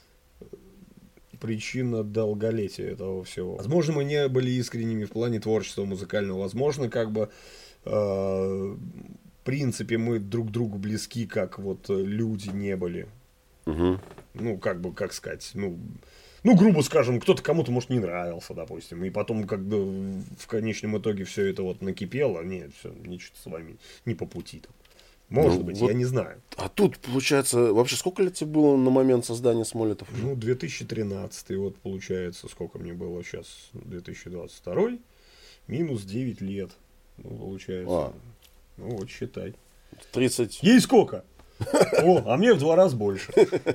причина долголетия этого всего. Возможно, мы не были искренними в плане творчества музыкального. Возможно, как бы э, в принципе мы друг другу близки, как вот люди не были. Угу. Ну, как бы, как сказать, ну... Ну, грубо скажем, кто-то кому-то, может, не нравился, допустим. И потом, как бы, в конечном итоге все это вот накипело. Нет, все, ничего с вами не по пути. Там. Может ну, быть, вот, я не знаю. А тут, получается, вообще сколько лет тебе было на момент создания Смолетов? Ну, две тысячи тринадцатый, вот, получается, сколько мне было сейчас, две тысячи двадцать второй, минус девять лет. Ну, получается. А. Ну, вот, считай. тридцать. Ей сколько? О, а мне в два раза больше.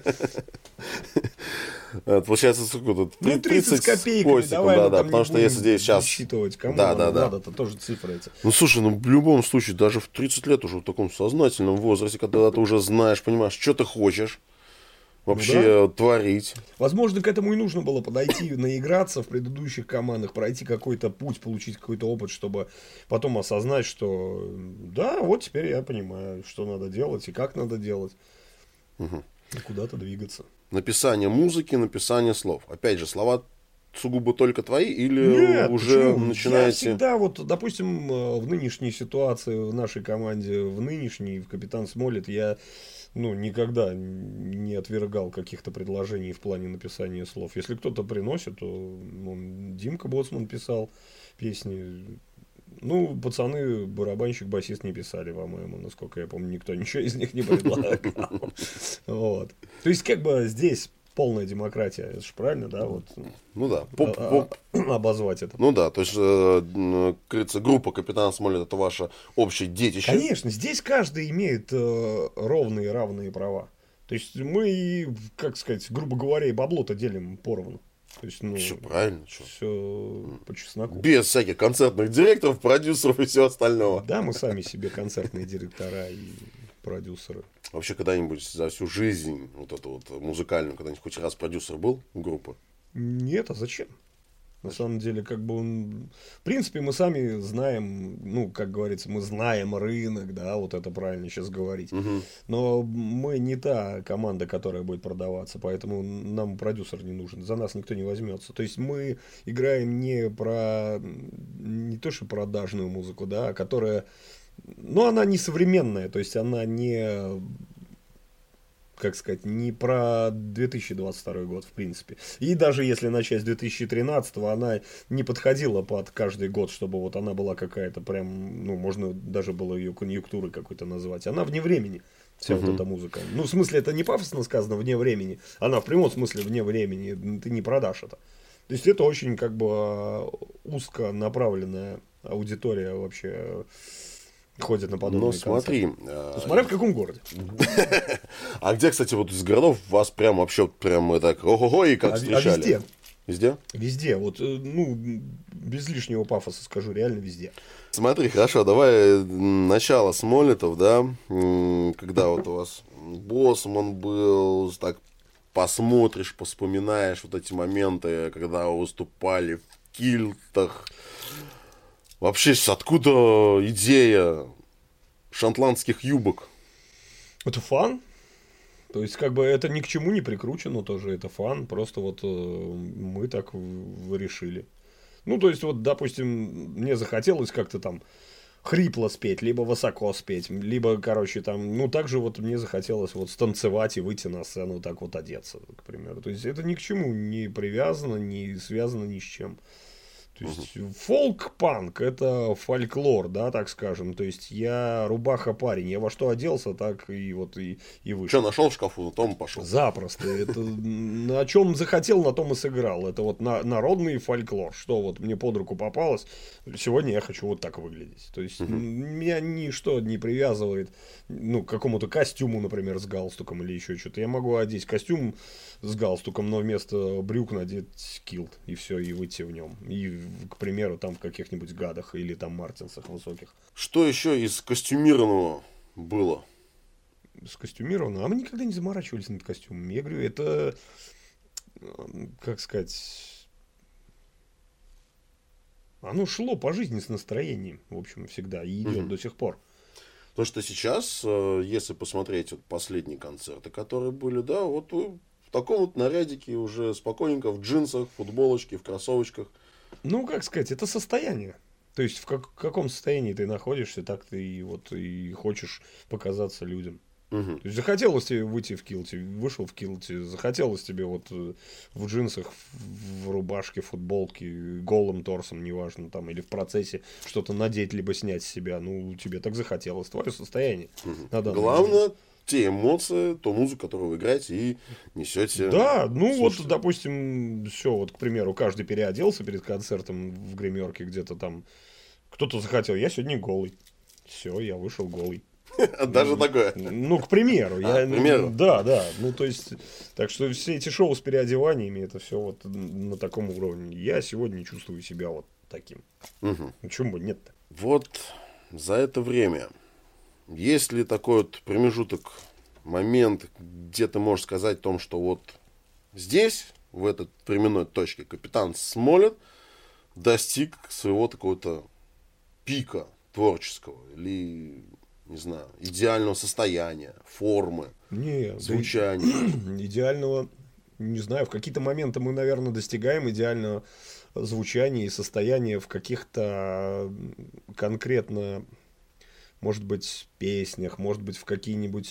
Получается, сколько тут? Ну, тридцать с копейками, давай, да, да, потому что если здесь сейчас... Считывать, кому да, надо, да, да. надо, это тоже цифры эти. Ну, слушай, ну, в любом случае, даже в тридцать лет уже в таком сознательном возрасте, когда ты уже знаешь, понимаешь, что ты хочешь вообще ну, да. творить. Возможно, к этому и нужно было подойти, наиграться в предыдущих командах, пройти какой-то путь, получить какой-то опыт, чтобы потом осознать, что да, вот теперь я понимаю, что надо делать и как надо делать. Угу. И куда-то двигаться. Написание музыки, написание слов. Опять же, слова сугубо только твои или Нет, уже почему? начинаете... Я всегда, вот, допустим, в нынешней ситуации, в нашей команде, в нынешней, в Капитан Смолет, я ну, никогда не отвергал каких-то предложений в плане написания слов. Если кто-то приносит, то ну, Димка Боцман писал песни. Ну, пацаны, барабанщик, басист не писали, по-моему, насколько я помню, никто ничего из них не предлагал. Вот. То есть, как бы здесь полная демократия, это же правильно, да? Вот. Ну да, поп, поп. обозвать это. Ну да, то есть, э, кажется, группа Капитан Смолет это ваше общее детище. Конечно, здесь каждый имеет э, ровные равные права. То есть мы, как сказать, грубо говоря, и бабло-то делим поровну. То есть, ну, все правильно, что? Все по чесноку. Без всяких концертных директоров, продюсеров и всего остального. Да, мы сами себе концертные директора и продюсеры. Вообще, когда-нибудь за всю жизнь, вот эту вот музыкальную, когда-нибудь хоть раз продюсер был группы? Нет, а зачем? На самом деле, как бы он... В принципе, мы сами знаем, ну, как говорится, мы знаем рынок, да, вот это правильно сейчас говорить. Угу. Но мы не та команда, которая будет продаваться, поэтому нам продюсер не нужен, за нас никто не возьмется. То есть мы играем не про... не то, что продажную музыку, да, которая... Ну, она не современная, то есть она не... как сказать, не про две тысячи двадцать второй год, в принципе. И даже если начать с две тысячи тринадцатого, она не подходила под каждый год, чтобы вот она была какая-то прям, ну, можно даже было ее конъюнктурой какой-то назвать. Она вне времени, вся uh-huh. вот эта музыка. Ну, в смысле, это не пафосно сказано вне времени, она в прямом смысле вне времени, ты не продашь это. То есть это очень как бы узко направленная аудитория вообще... ходят на подобные концерты. Ну, смотри. Ну, смотря в каком городе. А где, кстати, вот из городов вас прям вообще прям так ого-го и как встречали? А везде. Везде? Везде. Вот, ну, без лишнего пафоса скажу, реально везде. Смотри, хорошо, давай начало Смолетов, да, когда вот у вас Боссман был, так посмотришь, поспоминаешь вот эти моменты, когда вы выступали в кильтах. Вообще, откуда идея шотландских юбок? Это фан. То есть, как бы это ни к чему не прикручено тоже, это фан. Просто вот э, мы так решили. Ну, то есть, вот, допустим, мне захотелось как-то там хрипло спеть, либо высоко спеть, либо, короче, там, ну, также вот мне захотелось вот станцевать и выйти на сцену, вот так вот одеться, к примеру. То есть, это ни к чему не привязано, не связано ни с чем. То есть, uh-huh. фолк-панк – это фольклор, да, так скажем. То есть, я рубаха-парень. Я во что оделся, так и вот и, и вышел. Что нашел в шкафу, на том пошел. Запросто. Это на чем захотел, на том и сыграл. Это вот на, народный фольклор. Что вот мне под руку попалось, сегодня я хочу вот так выглядеть. То есть, uh-huh. меня ничто не привязывает ну, к какому-то костюму, например, с галстуком или еще что-то. Я могу одеть костюм с галстуком, но вместо брюк надеть килт. И все, и выйти в нем. И к примеру, там в каких-нибудь гадах или там мартинсах высоких. Что еще из костюмированного было? скостюмировано, а мы никогда не заморачивались над костюмом. Я говорю, это, как сказать, оно шло по жизни с настроением, в общем, всегда, и идет mm-hmm. до сих пор. То, что сейчас, если посмотреть вот последние концерты, которые были, да, вот вы в таком вот нарядике уже спокойненько в джинсах, в футболочке, в кроссовочках. Ну, как сказать, это состояние. То есть, в как, каком состоянии ты находишься, так ты и, вот, и хочешь показаться людям. Угу. То есть, захотелось тебе выйти в килте, вышел в килте, захотелось тебе вот в джинсах, в рубашке, футболке, голым торсом, неважно, там, или в процессе что-то надеть, либо снять с себя. Ну, тебе так захотелось, твое состояние. Угу. Главное, те эмоции, ту музыку, которую вы играете и несете. Да, ну слушайте. Вот, допустим, все, вот, к примеру, каждый переоделся перед концертом в гримерке где-то там. Кто-то захотел, я сегодня голый. Все, я вышел голый. Даже такое? Ну, к примеру. А, я, к примеру? Да, да. Ну, то есть, так что все эти шоу с переодеваниями, это все вот на таком уровне. Я сегодня чувствую себя вот таким. Угу. Почему бы нет-то? Вот за это время, есть ли такой вот промежуток, момент, где ты можешь сказать о том, что вот здесь, в этой временной точке, капитан Смолет достиг своего такого-то пика творческого или, не знаю, идеального состояния, формы, Нет, звучания. Да, идеального, не знаю, в какие-то моменты мы, наверное, достигаем идеального звучания и состояния в каких-то конкретно, может быть, песнях, может быть, в какие-нибудь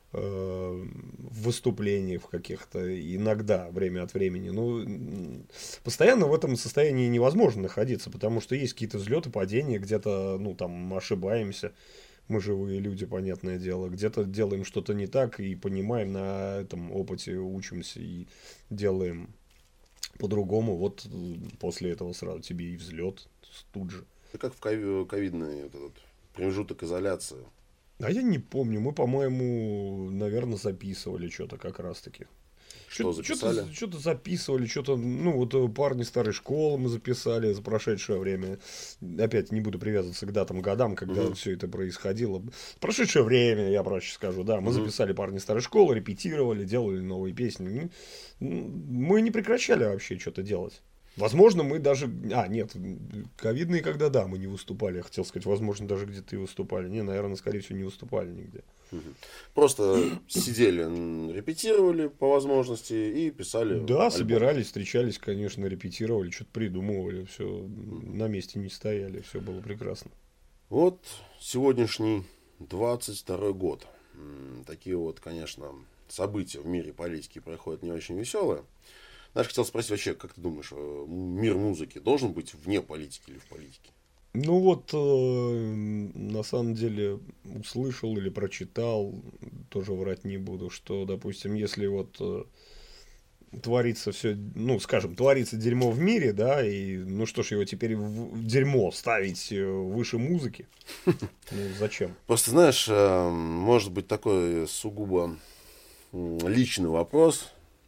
э, выступлениях каких-то, иногда, время от времени. Ну, постоянно в этом состоянии невозможно находиться, потому что есть какие-то взлеты, падения, где-то, ну, там, ошибаемся. Мы живые люди, понятное дело. Где-то делаем что-то не так и понимаем, на этом опыте учимся и делаем по-другому. Вот после этого сразу тебе и взлет тут же. Как в ковидный вот этот промежуток изоляции. А я не помню. Мы, по-моему, наверное, записывали что-то как раз-таки. Что записали? Что-то, что-то записывали, что-то, ну, вот парни старой школы мы записали за прошедшее время. Опять не буду привязываться к датам, годам, когда uh-huh. все это происходило. Прошедшее время, я проще скажу, да. Мы uh-huh. записали парни старой школы, репетировали, делали новые песни. Мы не прекращали вообще что-то делать. Возможно, мы даже... А, нет, ковидные, когда, да, мы не выступали. Я хотел сказать, возможно, даже где-то и выступали. Не, наверное, скорее всего, не выступали нигде. Просто сидели, репетировали по возможности и писали. Да, альбом. Собирались, встречались, конечно, репетировали, что-то придумывали, все на месте не стояли, все было прекрасно. Вот сегодняшний двадцать второй год. Такие вот, конечно, события в мире политики проходят не очень веселые. Знаешь, хотел спросить вообще, как ты думаешь, мир музыки должен быть вне политики или в политике? Ну вот, э, на самом деле, услышал или прочитал, тоже врать не буду, что, допустим, если вот э, творится все, ну, скажем, творится дерьмо в мире, да, и, ну что ж, его теперь в, в дерьмо ставить выше музыки, ну, зачем? Просто, знаешь, может быть такой сугубо личный вопрос.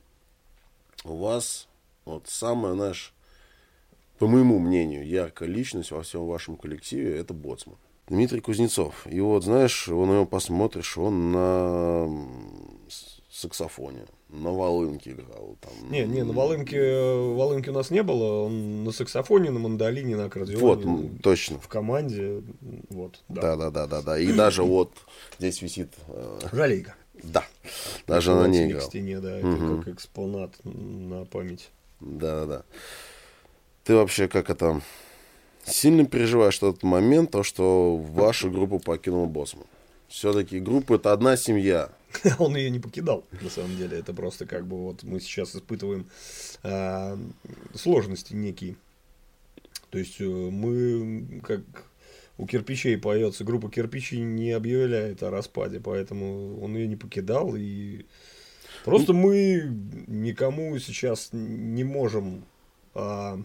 У вас вот самая наша, по моему мнению, яркая личность во всем вашем коллективе — это боцман. Дмитрий Кузнецов. И вот, знаешь, его на него посмотришь, он на саксофоне, на волынке играл. Там. Не, не, на волынке, волынки у нас не было, он на саксофоне, на мандолине, на аккордеоне. Вот, точно. В команде, вот. Да, да, да, да, да. И даже вот здесь висит... Жалейка. Да, даже на ней играл. К стене, да, это угу. как экспонат на память. Да, да, да. Ты вообще как это сильно переживаешь в этот момент, то, что вашу группу покинул боцман? Все-таки группа — это одна семья. Он ее не покидал, на самом деле. Это просто как бы вот мы сейчас испытываем э, сложности некие. То есть мы как... У кирпичей поется, группа кирпичей не объявляет о распаде, поэтому он ее не покидал. И просто мы никому сейчас не можем а,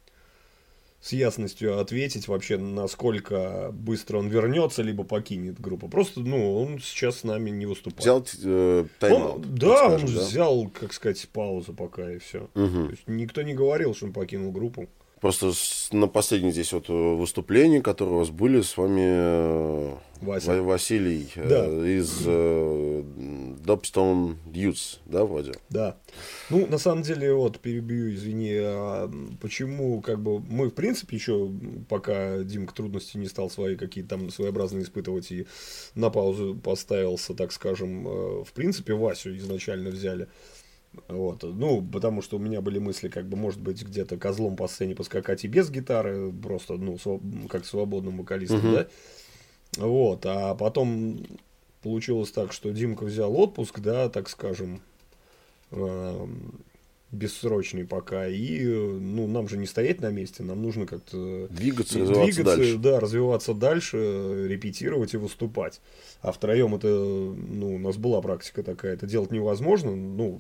с ясностью ответить вообще, насколько быстро он вернется, либо покинет группу. Просто, ну, он сейчас с нами не выступает. Взял э, тайм-аут. Да, скажем, он да? взял, как сказать, паузу пока и все. Угу. То есть никто не говорил, что он покинул группу. Просто с, на последнем здесь вот выступлении, которые у вас были, с вами Вася. Василий Да. из э, Dobstone Youth, да, Вадя? Да. Ну, на самом деле, вот, перебью, извини, а почему, как бы, мы, в принципе, еще, пока Димка трудности не стал свои какие-то там своеобразные испытывать и на паузу поставился, так скажем, в принципе, Васю изначально взяли. Вот. Ну, потому что у меня были мысли, как бы, может быть, где-то козлом по сцене поскакать и без гитары, просто, ну, своб- как свободным вокалистом, uh-huh. да. Вот. А потом получилось так, что Димка взял отпуск, да, так скажем, э- бессрочный пока, и, ну, нам же не стоять на месте, нам нужно как-то двигаться, развиваться двигаться, дальше. Да, развиваться дальше, репетировать и выступать. А втроем это, ну, у нас была практика такая, это делать невозможно, ну,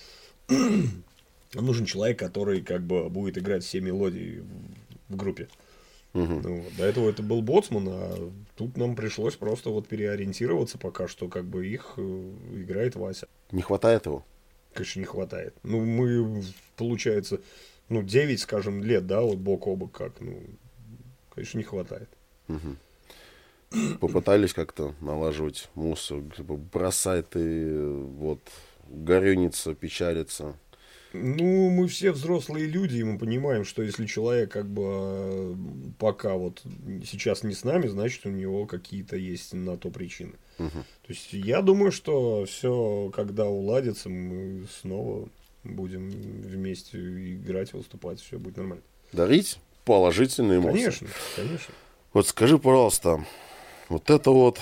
нам нужен человек, который как бы будет играть все мелодии в, в группе. Угу. Ну, до этого это был боцман, а тут нам пришлось просто вот переориентироваться пока что, как бы их играет Вася. Не хватает его? Конечно, не хватает. Ну, мы, получается, ну, девять, скажем, лет, да, вот бок о бок как, ну, конечно, не хватает. Угу. Попытались как-то налаживать музыку, бросай ты, вот, горюниться, печалиться. Ну, мы все взрослые люди, и мы понимаем, что если человек как бы пока вот сейчас не с нами, значит, у него какие-то есть на то причины. Угу. То есть я думаю, что все, когда уладится, мы снова будем вместе играть, выступать, все будет нормально. Дарить положительные эмоции. Конечно, конечно. Вот скажи, пожалуйста, вот это вот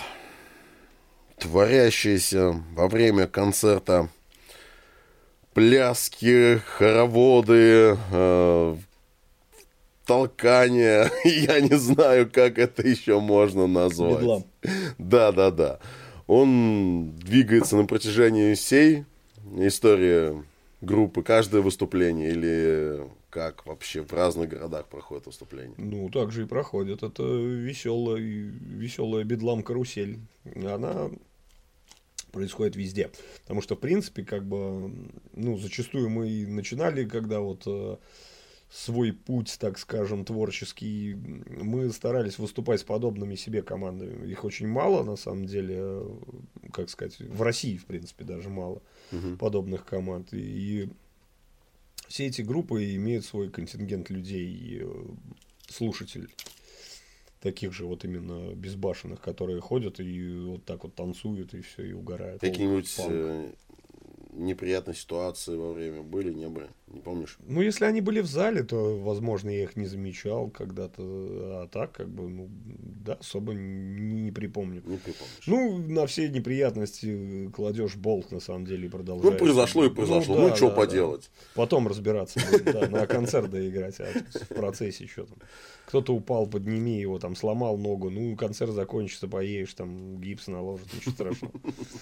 творящееся во время концерта пляски, хороводы, э, толкания, я не знаю, как это еще можно назвать. Бедлам. Да, да, да. Он двигается на протяжении всей истории группы, каждое выступление, или как вообще в разных городах проходит выступление? Ну, так же и проходит. Это веселая, веселая бедлам-карусель. Она происходит везде. Потому что, в принципе, как бы, ну, зачастую мы и начинали, когда вот э, свой путь, так скажем, творческий, мы старались выступать с подобными себе командами. Их очень мало, на самом деле, э, как сказать, в России, в принципе, даже мало uh-huh. подобных команд. И, и все эти группы имеют свой контингент людей, э, слушателей. Таких же вот именно безбашенных, которые ходят и вот так вот танцуют, и все, и угорают. Какие-нибудь э, неприятные ситуации во время были, не были? Не помнишь? Ну, если они были в зале, то, возможно, я их не замечал когда-то. А так, как бы, ну, да, особо не, не припомню. Не припомнишь. Ну, на все неприятности кладешь болт, на самом деле, и продолжаешь. Ну, произошло и произошло. Ну, ну да, что да, поделать? Да. Потом разбираться будет, да, на концерт доиграть, а в процессе что там. Кто-то упал, подними его, там, сломал ногу, ну, концерт закончится, поедешь, там, гипс наложат, ничего страшного.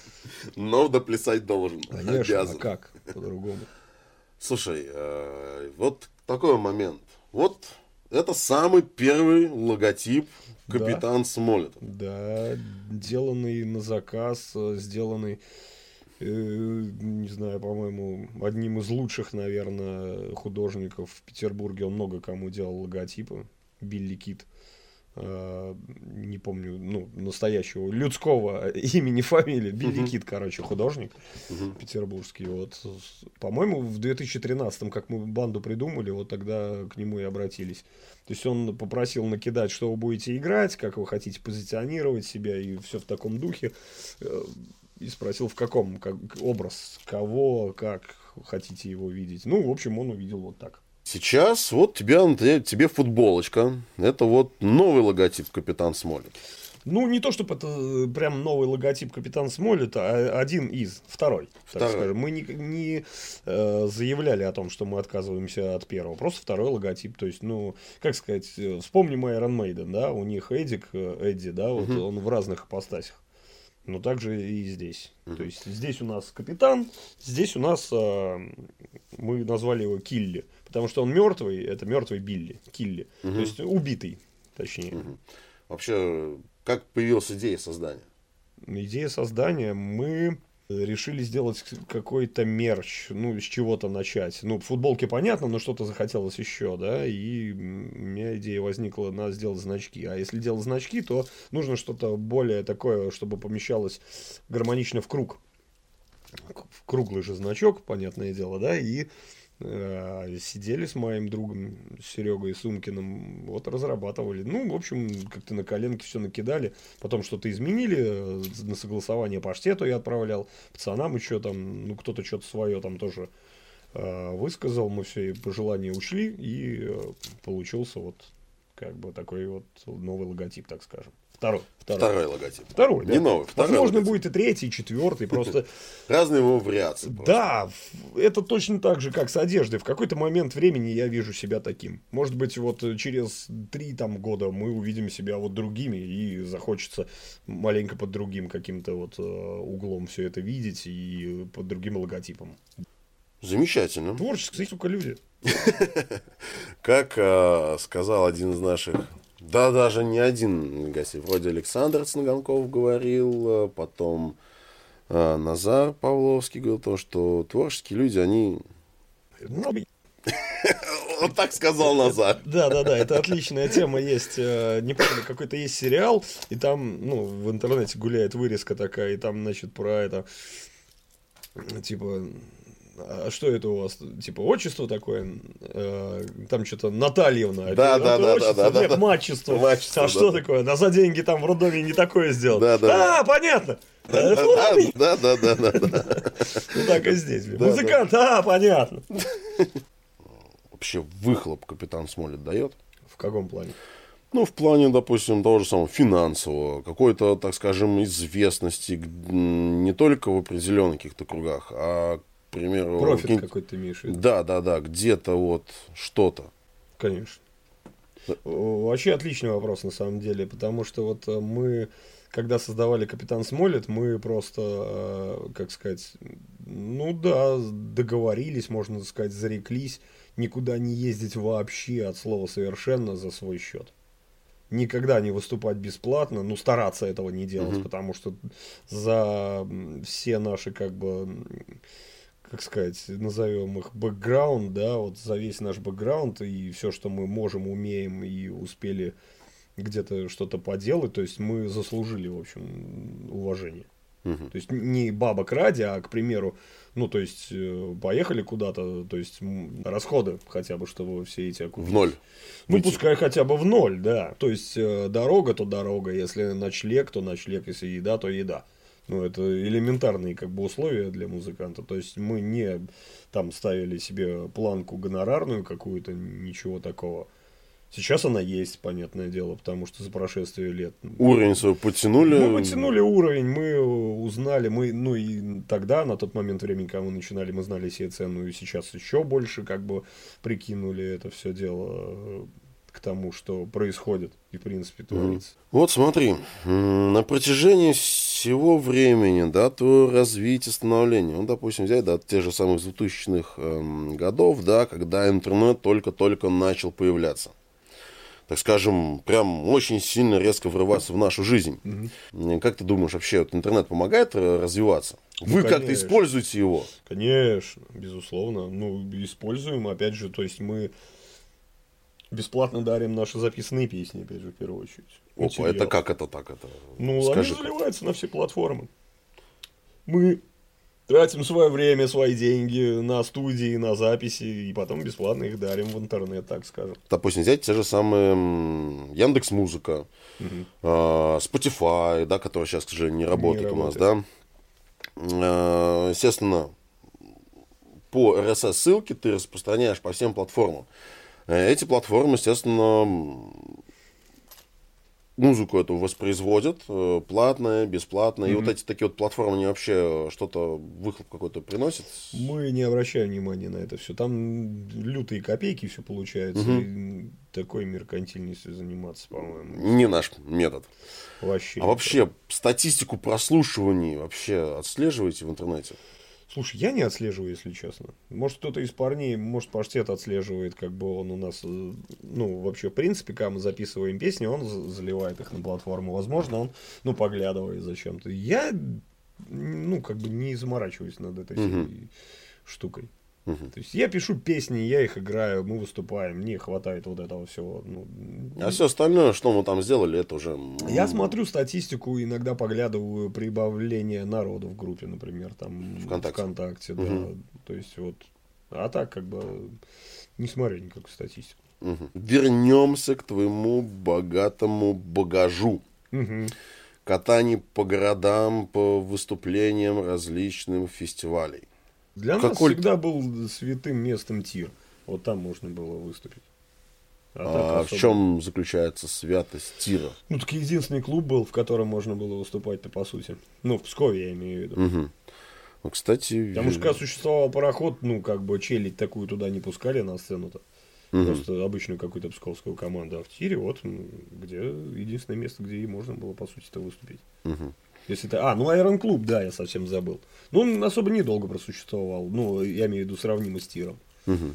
Но доплясать должен. Конечно, а как по-другому? Слушай, э, вот такой момент. Вот это самый первый логотип Капитан да, Смолетов. Да, деланный на заказ, сделанный, э, не знаю, по-моему, одним из лучших, наверное, художников в Петербурге. Он много кому делал логотипы. Билли Кит. Э, не помню, ну, настоящего людского имени, фамилии. Билли uh-huh. Кит, короче, художник uh-huh. петербургский. Вот, по-моему, в две тысячи тринадцатом, как мы банду придумали, вот тогда к нему и обратились. То есть он попросил накидать, что вы будете играть, как вы хотите позиционировать себя, и все в таком духе. И спросил, в каком как, образ, кого, как хотите его видеть. Ну, в общем, он увидел вот так. Сейчас вот тебе, тебе футболочка. Это вот новый логотип Капитан Смолет. Ну, не то, чтобы это прям новый логотип Капитан Смолет, а один из, второй. второй. Так скажем. Мы не, не э, заявляли о том, что мы отказываемся от первого. Просто второй логотип. То есть, ну, как сказать, вспомним Iron Maiden, да, у них Эдик, Эдди, да, вот uh-huh. он в разных ипостасях. Ну, так же и здесь. Uh-huh. То есть, здесь у нас Капитан, здесь у нас, э, мы назвали его Килли. Потому что он мертвый, это мертвый Билли, Килли. Uh-huh. То есть убитый, точнее. Uh-huh. Вообще, как появилась идея создания? Идея создания. Мы решили сделать какой-то мерч, ну, с чего-то начать. Ну, футболки понятно, но что-то захотелось еще, да, и у меня идея возникла, надо сделать значки. А если делать значки, то нужно что-то более такое, чтобы помещалось гармонично в круг. В круглый же значок, понятное дело, да, и э, сидели с моим другом Серегой Сумкиным, вот разрабатывали. Ну, в общем, как-то на коленке все накидали, потом что-то изменили, на согласование паштету я отправлял, пацанам еще там, ну, кто-то что-то свое там тоже э, высказал, мы все пожелания учли, и э, получился вот как бы такой вот новый логотип, так скажем. Второй. Второй, второй логотип. Второй, да. Не новый, второй. Возможно, логотип. будет и третий, и четвертый, просто... Разные его вариации. Да, это точно так же, как с одеждой. В какой-то момент времени я вижу себя таким. Может быть, вот через три там года мы увидим себя вот другими, и захочется маленько под другим каким-то вот углом все это видеть, и под другим логотипом. Замечательно. Творческие, сука, люди. Как э, сказал один из наших, да даже не один гостей, вроде Александр Цыганков говорил, потом э, Назар Павловский говорил то, что творческие люди, они... Вот так сказал Назар. Да, да, да, это отличная тема есть. Не помню, какой-то есть сериал, и там, ну, в интернете гуляет вырезка такая, и там, значит, про это, типа... А что это у вас? Типа отчество такое? Э, там что-то Натальевна. Да, это, да, это да, отчество? да, да, Нет, да. мачество. Мачество, а да, что да. такое? На за деньги там в роддоме не такое сделал. Да, да, а, понятно. Да, да, да, да, да, да. Ну так и здесь. Да, Музыкант, а, понятно. Вообще выхлоп капитан Смолет дает? В каком плане? Ну, в плане, допустим, того же самого финансового, какой-то, так скажем, известности не только в определенных каких-то кругах, а, к примеру... Профит какие- какой-то ты имеешь в виду? Да, да, да, где-то вот что-то. Конечно. Вообще отличный вопрос на самом деле, потому что вот э, мы, когда создавали Капитан Смолет, мы просто, э, как сказать, ну да, договорились, можно сказать, зареклись никуда не ездить вообще от слова совершенно за свой счет. Никогда не выступать бесплатно, ну стараться этого не делать, Мгм. потому что за м, все наши как бы, м, как сказать, назовем их бэкграунд, да, вот за весь наш бэкграунд и все, что мы можем, умеем и успели где-то что-то поделать, то есть мы заслужили, в общем, уважение. Мгм. То есть не бабок ради, а, к примеру, ну, то есть э, поехали куда-то, то есть м, расходы хотя бы, чтобы все эти окупить. В ноль. Ну, выйти. пускай хотя бы в ноль, да. То есть э, дорога, то дорога, если ночлег, то ночлег, если еда, то еда. Ну, это элементарные как бы условия для музыканта. То есть мы не там ставили себе планку гонорарную какую-то, ничего такого. Сейчас она есть, понятное дело, потому что за прошествие лет. Уровень свой подтянули. Мы потянули уровень, мы узнали, мы, ну и тогда, на тот момент времени, когда мы начинали, мы знали себе цену, и сейчас еще больше как бы прикинули это все дело э, к тому, что происходит и в принципе творится. Вот смотри, м, на протяжении всего времени, да, твое развитие, становление, ну, допустим, взять, да, те же самых двухтысячных эм, годов, да, когда интернет только-только начал появляться. Так скажем, прям очень сильно резко врываться в нашу жизнь. М, Как ты думаешь, вообще вот интернет помогает э, развиваться? Ну, Вы как-то конечно. используете его? Конечно, безусловно. Ну, используем, опять же, то есть мы бесплатно дарим наши записанные песни, опять же, в первую очередь. Опа, Материал. это как это так? Это? Ну, Скажи. они заливаются на все платформы. Мы тратим свое время, свои деньги на студии, на записи, и потом бесплатно их дарим в интернет, так скажем. Допустим, взять те же самые м, Яндекс.Музыка, Мгм. а, Spotify, да, который сейчас, к сожалению, не работает у нас, да. А, Естественно, по эр эс эс-ссылке ты распространяешь по всем платформам. Э, Эти платформы, естественно, м, музыку эту воспроизводят, э, платная, бесплатная. И Мгм. вот эти такие вот платформы, они вообще что-то, выхлоп какой-то приносят? Мы не обращаем внимания на это все. Там лютые копейки все получается. И такой меркантильностью заниматься, по-моему, Не наш метод. вообще. А вообще, статистику прослушиваний вообще отслеживаете в интернете? Слушай, я не отслеживаю, если честно. Может, кто-то из парней, может, Паштет отслеживает, как бы он у нас, э, ну, вообще, в принципе, когда мы записываем песни, он за- заливает их на платформу. Возможно, он, ну, поглядывает зачем-то. Я ну, как бы не заморачиваюсь над этой всей Мгм. штукой. Мгм. То есть я пишу песни, я их играю, мы выступаем, мне хватает вот этого всего. Ну, А все остальное, что мы там сделали, это уже... м, я смотрю статистику, иногда поглядываю прибавление народу в группе, например, там ВКонтакте. ВКонтакте, да. Мгм. То есть вот, а так как бы не смотрю никакую статистику. Мгм. Вернемся к твоему богатому багажу. Мгм. Катаний по городам, по выступлениям различным фестивалей. Для нас Какой- всегда был святым местом тир. Вот там можно было выступить. А так А в особо- чем заключается святость тира? Ну, так единственный клуб был, в котором можно было выступать-то, по сути. Ну, в Пскове, я имею в виду. Мгм. Ну, кстати... Потому что, когда существовал пароход, ну, как бы челядь такую туда не пускали на сцену-то. Мгм. Просто обычную какую-то псковскую команду. А в тире, вот, м, где единственное место, где и можно было, по сути-то, выступить. Мгм. Если ты... А, ну, Айрон Клуб, да, я совсем забыл. Ну, он особо недолго просуществовал. Ну, я имею в виду сравнимо с тиром. Мгм.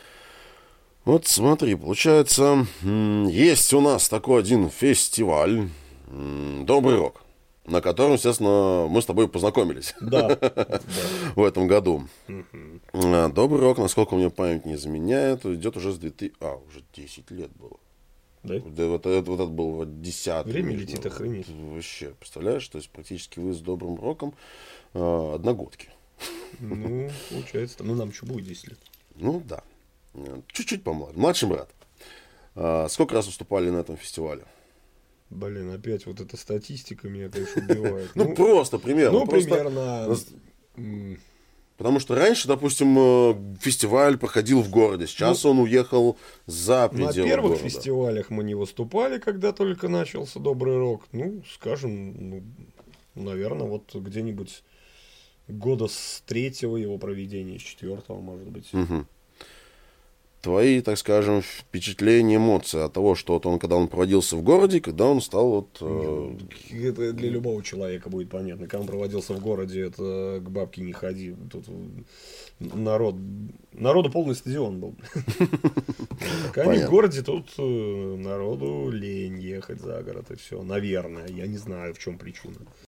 Вот смотри, получается, м, есть у нас такой один фестиваль м, «Добрый рок», на котором, естественно, мы с тобой познакомились Да, да. в этом году. Мгм. А, «Добрый рок», насколько мне память не изменяет, идет уже с две тысячи... А, уже десять лет было. Да? Да, вот, это, вот это был вот десятый. Время наверное. летит, охренеть. Вообще, представляешь, то есть практически вы с «Добрым роком» а, одногодки. Ну, получается. Ну, нам что будет десять лет? Ну да, Э, чуть-чуть помладше, младший брат. А, сколько раз выступали на этом фестивале? Блин, опять вот эта статистика меня, конечно, убивает. Ну, просто примерно. ну, просто- примерно... м, Потому что раньше, допустим, э, фестиваль проходил в городе, сейчас он уехал за На пределы первых города. фестивалях мы не выступали, когда только начался «Добрый рок». Ну, скажем, ну, наверное, вот где-нибудь года с третьего его проведения, с четвертого, может быть. Мгм. Твои, так скажем, впечатления, эмоции от того, что вот он, когда он проводился в городе, и когда он стал вот... э, Ну, это для любого человека будет понятно. Когда он проводился в городе, это к бабке не ходи. Тут народ, народу полный стадион был. А когда они в городе, тут э, народу лень ехать за город и все. Наверное, я не знаю, в чем причина.